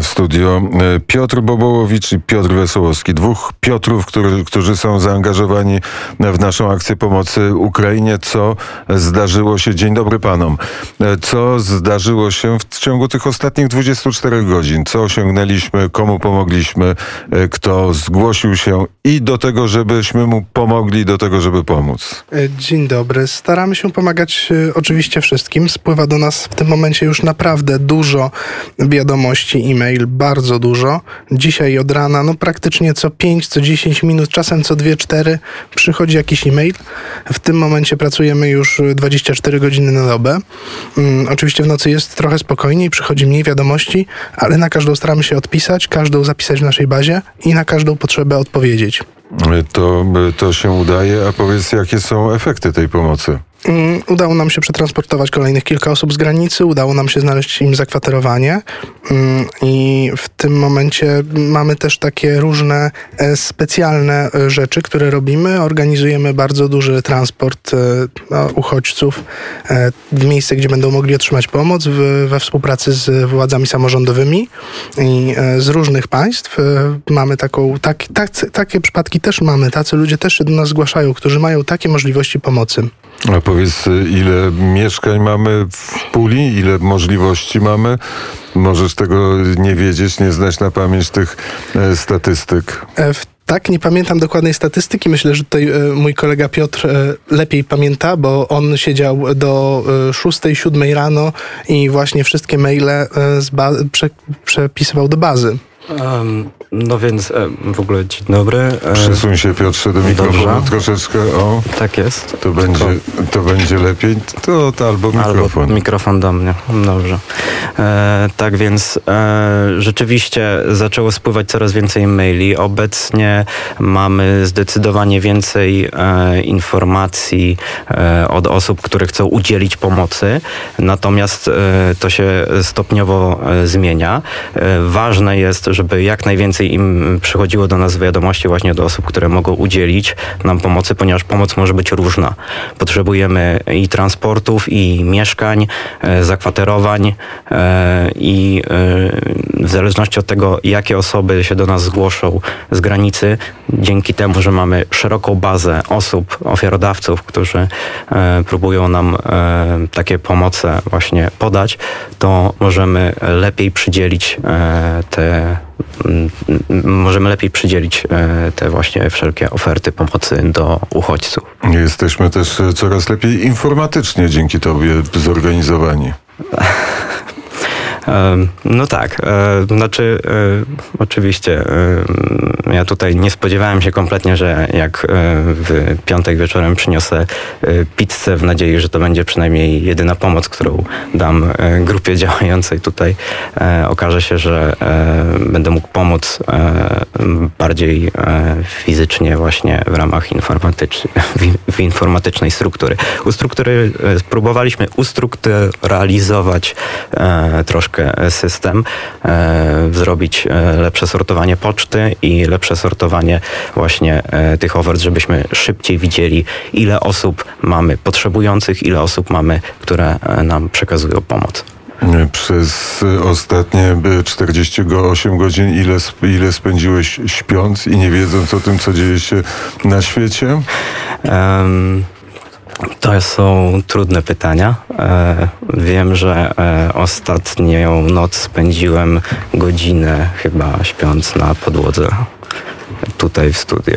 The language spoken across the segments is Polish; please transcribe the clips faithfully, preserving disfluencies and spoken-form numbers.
w studio Piotr Bobołowicz i Piotr Wesołowski. Dwóch Piotrów, który, którzy są zaangażowani w naszą akcję pomocy Ukrainie. Co zdarzyło się? Dzień dobry panom. Co zdarzyło się w ciągu tych ostatnich dwudziestu czterech godzin? Co osiągnęliśmy? Komu pomogliśmy? Kto zgłosił się i do tego, żebyśmy mu pomogli, do tego, żeby pomóc? Dzień dobry. Staramy się pomagać oczywiście wszystkim. Spływa do nas w tym momencie już naprawdę dużo wiadomości, e-mail, bardzo dużo. Dzisiaj od rana, no praktycznie co pięć, co dziesięć minut, czasem co dwie, cztery przychodzi jakiś e-mail. W tym momencie pracujemy już dwadzieścia cztery godziny na dobę. Um, oczywiście w nocy jest trochę spokojniej, przychodzi mniej wiadomości, ale na każdą staramy się odpisać, każdą zapisać w naszej bazie i na każdą potrzebę odpowiedzieć. To, to się udaje, a powiedz, jakie są efekty tej pomocy? Udało nam się przetransportować kolejnych kilka osób z granicy, udało nam się znaleźć im zakwaterowanie i w tym momencie mamy też takie różne specjalne rzeczy, które robimy. Organizujemy bardzo duży transport no, uchodźców w miejsce, gdzie będą mogli otrzymać pomoc w, we współpracy z władzami samorządowymi i z różnych państw. Mamy taką, tak, tak, takie przypadki też mamy, tacy ludzie też się do nas zgłaszają, którzy mają takie możliwości pomocy. A powiedz, ile mieszkań mamy w puli, ile możliwości mamy? Możesz tego nie wiedzieć, nie znać na pamięć tych e, statystyk. W Tak, nie pamiętam dokładnej statystyki. Myślę, że tutaj e, mój kolega Piotr e, lepiej pamięta, bo on siedział do e, szóstej, siódmej rano i właśnie wszystkie maile e, z ba- prze- przepisywał do bazy. Um, no więc e, w ogóle dzień dobry. E, Przesuń się, Piotrze, do mikrofonu dobrze. Troszeczkę. O, tak jest. To będzie, to będzie lepiej. To, to albo mikrofon. Albo mikrofon do mnie. Dobrze. E, tak więc e, rzeczywiście zaczęło spływać coraz więcej maili. Obecnie mamy zdecydowanie więcej e, informacji e, od osób, które chcą udzielić pomocy. Natomiast e, to się stopniowo e, zmienia. E, ważne jest, żeby jak najwięcej im przychodziło do nas wiadomości właśnie od osób, które mogą udzielić nam pomocy, ponieważ pomoc może być różna. Potrzebujemy i transportów, i mieszkań, e, zakwaterowań e, i e, w zależności od tego, jakie osoby się do nas zgłoszą z granicy, dzięki temu, że mamy szeroką bazę osób, ofiarodawców, którzy e, próbują nam e, takie pomoce właśnie podać, to możemy lepiej przydzielić e, te możemy lepiej przydzielić te właśnie wszelkie oferty pomocy do uchodźców. Jesteśmy też coraz lepiej informatycznie dzięki tobie zorganizowani. No tak, znaczy oczywiście ja tutaj nie spodziewałem się kompletnie, że jak w piątek wieczorem przyniosę pizzę w nadziei, że to będzie przynajmniej jedyna pomoc, którą dam grupie działającej tutaj. Okaże się, że będę mógł pomóc bardziej fizycznie właśnie w ramach informatycznej, w informatycznej struktury. Ustruktury, spróbowaliśmy ustrukturalizować troszkę system, e, zrobić e, lepsze sortowanie poczty i lepsze sortowanie właśnie e, tych ofert, żebyśmy szybciej widzieli, ile osób mamy potrzebujących, ile osób mamy, które e, nam przekazują pomoc. Przez ostatnie czterdzieści osiem godzin ile, ile spędziłeś śpiąc i nie wiedząc o tym, co dzieje się na świecie? Um, To są trudne pytania. E, wiem, że e, ostatnią noc spędziłem godzinę chyba śpiąc na podłodze tutaj w studio.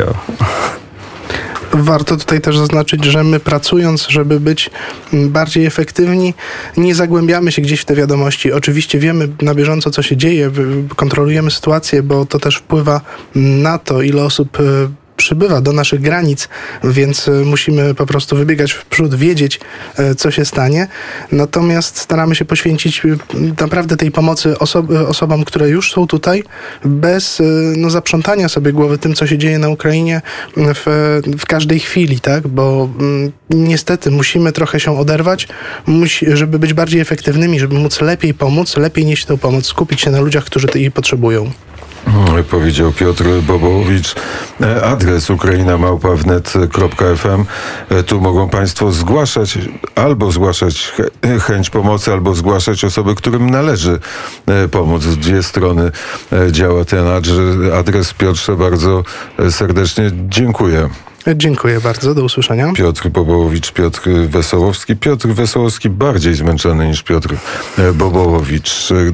Warto tutaj też zaznaczyć, że my pracując, żeby być bardziej efektywni, nie zagłębiamy się gdzieś w te wiadomości. Oczywiście wiemy na bieżąco, co się dzieje, kontrolujemy sytuację, bo to też wpływa na to, ile osób przybywa do naszych granic, więc musimy po prostu wybiegać w przód, wiedzieć, co się stanie. Natomiast staramy się poświęcić naprawdę tej pomocy oso- osobom, które już są tutaj, bez no, zaprzątania sobie głowy tym, co się dzieje na Ukrainie w, w każdej chwili, tak? Bo mm, niestety musimy trochę się oderwać, musi, żeby być bardziej efektywnymi, żeby móc lepiej pomóc, lepiej nieść tę pomoc, skupić się na ludziach, którzy jej potrzebują. Powiedział Piotr Bobołowicz. Adres ukraina małpa wnet kropka f m. Tu mogą państwo zgłaszać, albo zgłaszać chęć pomocy, albo zgłaszać osoby, którym należy pomóc. W dwie strony działa ten adres. Piotrze, bardzo serdecznie dziękuję. Dziękuję bardzo, do usłyszenia. Piotr Bobołowicz, Piotr Wesołowski. Piotr Wesołowski bardziej zmęczony niż Piotr Bobołowicz.